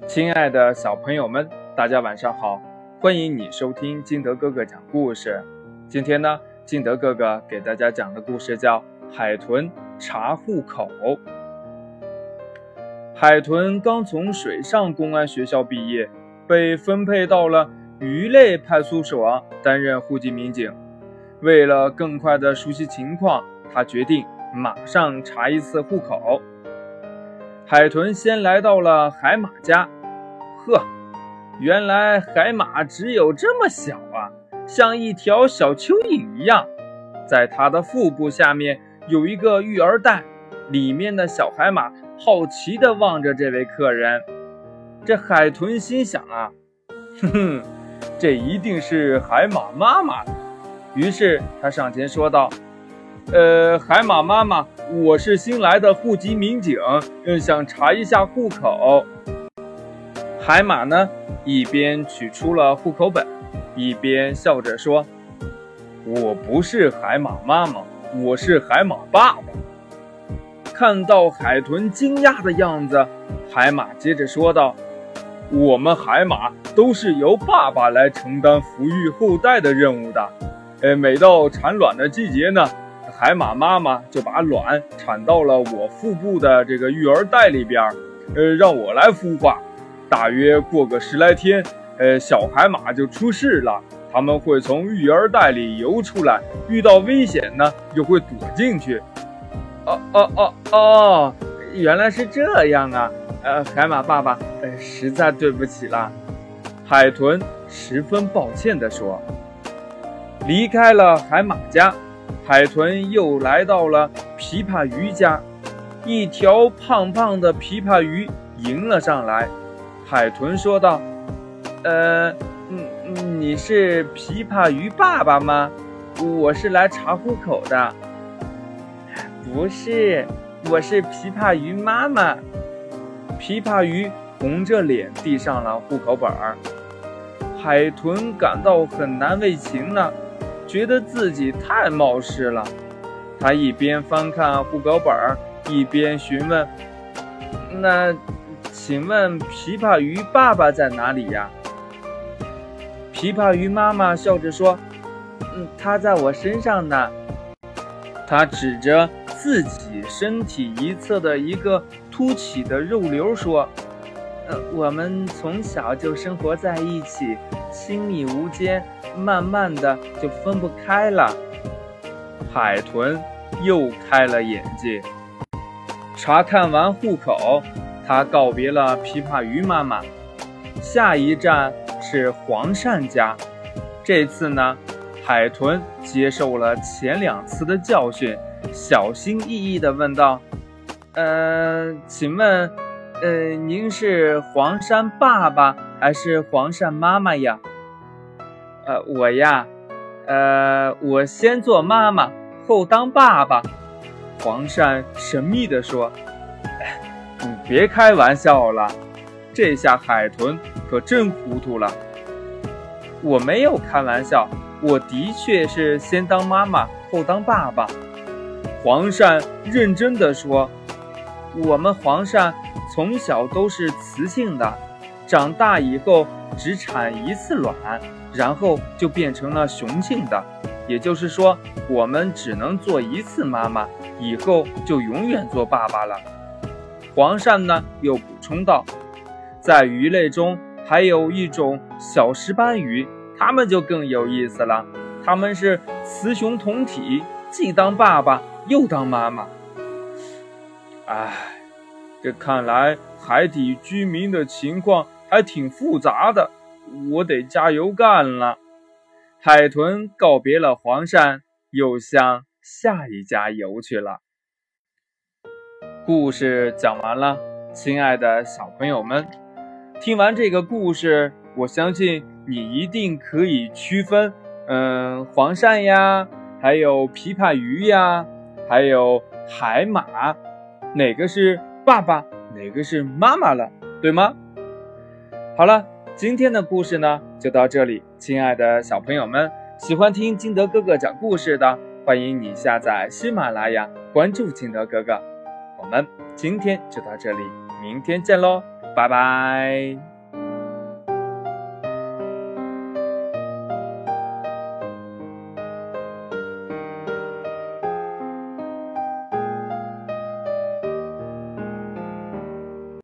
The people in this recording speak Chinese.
亲爱的小朋友们，大家晚上好，欢迎你收听金德哥哥讲故事。今天呢，金德哥哥给大家讲的故事叫海豚查户口。海豚刚从水上公安学校毕业，被分配到了鱼类派出所担任户籍民警。为了更快地熟悉情况，他决定马上查一次户口。海豚先来到了海马家。呵，原来海马只有这么小啊，像一条小蚯蚓一样。在它的腹部下面有一个育儿袋，里面的小海马好奇地望着这位客人。这海豚心想啊，这一定是海马妈妈。于是他上前说道，海马妈妈，我是新来的户籍民警，想查一下户口。海马呢，一边取出了户口本，一边笑着说，我不是海马妈妈，我是海马爸爸。看到海豚惊讶的样子，海马接着说道，我们海马都是由爸爸来承担抚育后代的任务的。每到产卵的季节呢，海马妈妈就把卵产到了我腹部的这个育儿袋里边，让我来孵化。大约过个10来天，小海马就出世了，它们会从育儿袋里游出来，遇到危险呢就会躲进去。原来是这样啊！海马爸爸，实在对不起了。海豚十分抱歉地说。离开了海马家，海豚又来到了琵琶鱼家。一条胖胖的琵琶鱼迎了上来。海豚说道，你是琵琶鱼爸爸吗？我是来查户口的。不是，我是琵琶鱼妈妈。琵琶鱼红着脸递上了户口本儿。海豚感到很难为情呢，觉得自己太冒失了。他一边翻看户口本儿，一边询问，那请问琵琶鱼爸爸在哪里呀？琵琶鱼妈妈笑着说，他在我身上呢。他指着自己身体一侧的一个凸起的肉瘤说，我们从小就生活在一起，亲密无间，慢慢的就分不开了。海豚又开了眼界。查看完户口，他告别了琵琶鱼妈妈，下一站是黄鳝家。这次呢，海豚接受了前2次的教训，小心翼翼地问道，请问您是黄鳝爸爸还是黄鳝妈妈呀？我呀，我先做妈妈，后当爸爸。黄鳝神秘地说，你别开玩笑了。这下海豚可真糊涂了。我没有开玩笑，我的确是先当妈妈，后当爸爸。黄鳝认真地说，我们黄鳝从小都是雌性的，长大以后只产1次卵，然后就变成了雄性的，也就是说，我们只能做1次妈妈，以后就永远做爸爸了。黄鳝呢又补充道，在鱼类中还有一种小石斑鱼，它们就更有意思了，它们是雌雄同体，既当爸爸又当妈妈。这看来海底居民的情况还挺复杂的，我得加油干了。海豚告别了黄鳝，又向下一家游去了。故事讲完了，亲爱的小朋友们，听完这个故事，我相信你一定可以区分黄鳝呀，还有琵琶鱼呀，还有海马，哪个是爸爸，哪个是妈妈了，对吗？好了，今天的故事呢就到这里。亲爱的小朋友们，喜欢听金德哥哥讲故事的，欢迎你下载喜马拉雅，关注金德哥哥。我们今天就到这里，明天见喽。 拜拜。